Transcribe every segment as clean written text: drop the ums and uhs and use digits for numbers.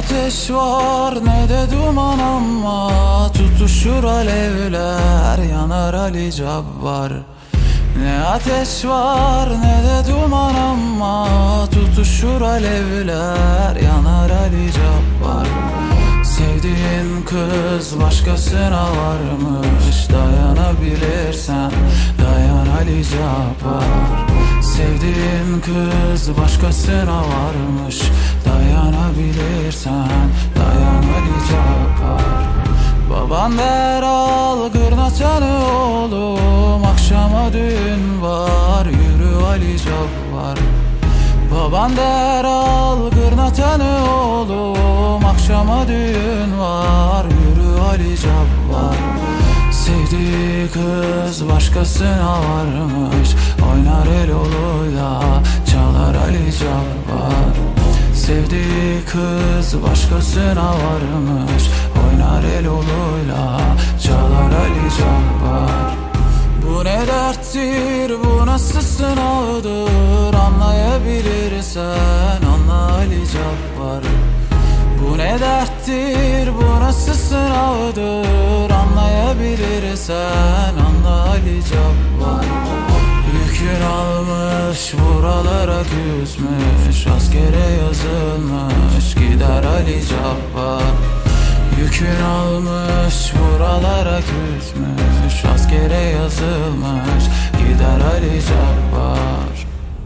ateş var ne de duman ama tutuşur alevler, yanar Ali Cabbar. Ne ateş var ne de duman ama tutuşur alevler, yanar Ali Cabbar. Sevdiğin kız başkasına varmış, dayanabilirsen dayan Ali Cabbar. Sevdiğin kız başkasına varmış, dayanabilirsen dayan Ali Cabbar. Baban der al gırnatanı oğlum, akşama düğün var, yürü Ali Cabbar. Baban der al gırnatanı oğlum, akşama düğün var, yürü Ali Cabbar. Sevdiği kız başkasına varmış, oynar el oluyla çalar Ali Cabbar. Sevdiği kız başkasına varmış, oynar el oluyla çalar Ali Cabbar. Bu ne derttir, bu nasıl sınavdır, anlayabilirsen anla Ali Cabbar. Bu ne derttir, bu nasıl sınavdır, anlayabilirsen anla Ali Cabbar. Yükün almış buralara küsmüş, askere yazılmış gider Ali Cabbar. Yükün almış buralara küsmüş, askere yazılmış gider Ali Cabbar.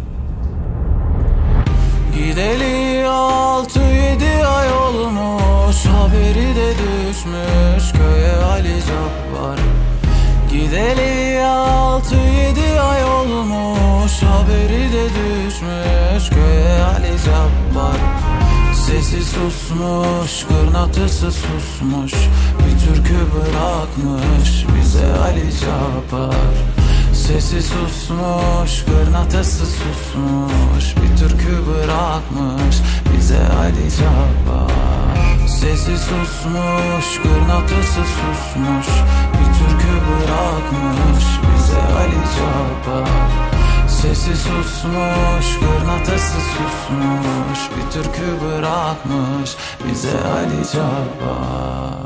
Gideli 6-7 ay olmuş, haberi de düşmüş köye Ali Cabbar. Gideli 6-7 ay olmuş, haberi de düşmüş köye Ali Cabbar. Sesi susmuş, kırnatısı susmuş, bir türkü bırakmış bize Ali Cabbar. Sesi susmuş, kırnatısı susmuş, bir türkü bırakmış bize Ali Cabbar. Sesi susmuş, kırnatısı susmuş, bir türkü bırakmış bize Ali Cabbar. Sesi susmuş, kırnatısı susmuş, bir türkü bırakmış bize Ali Cabbar.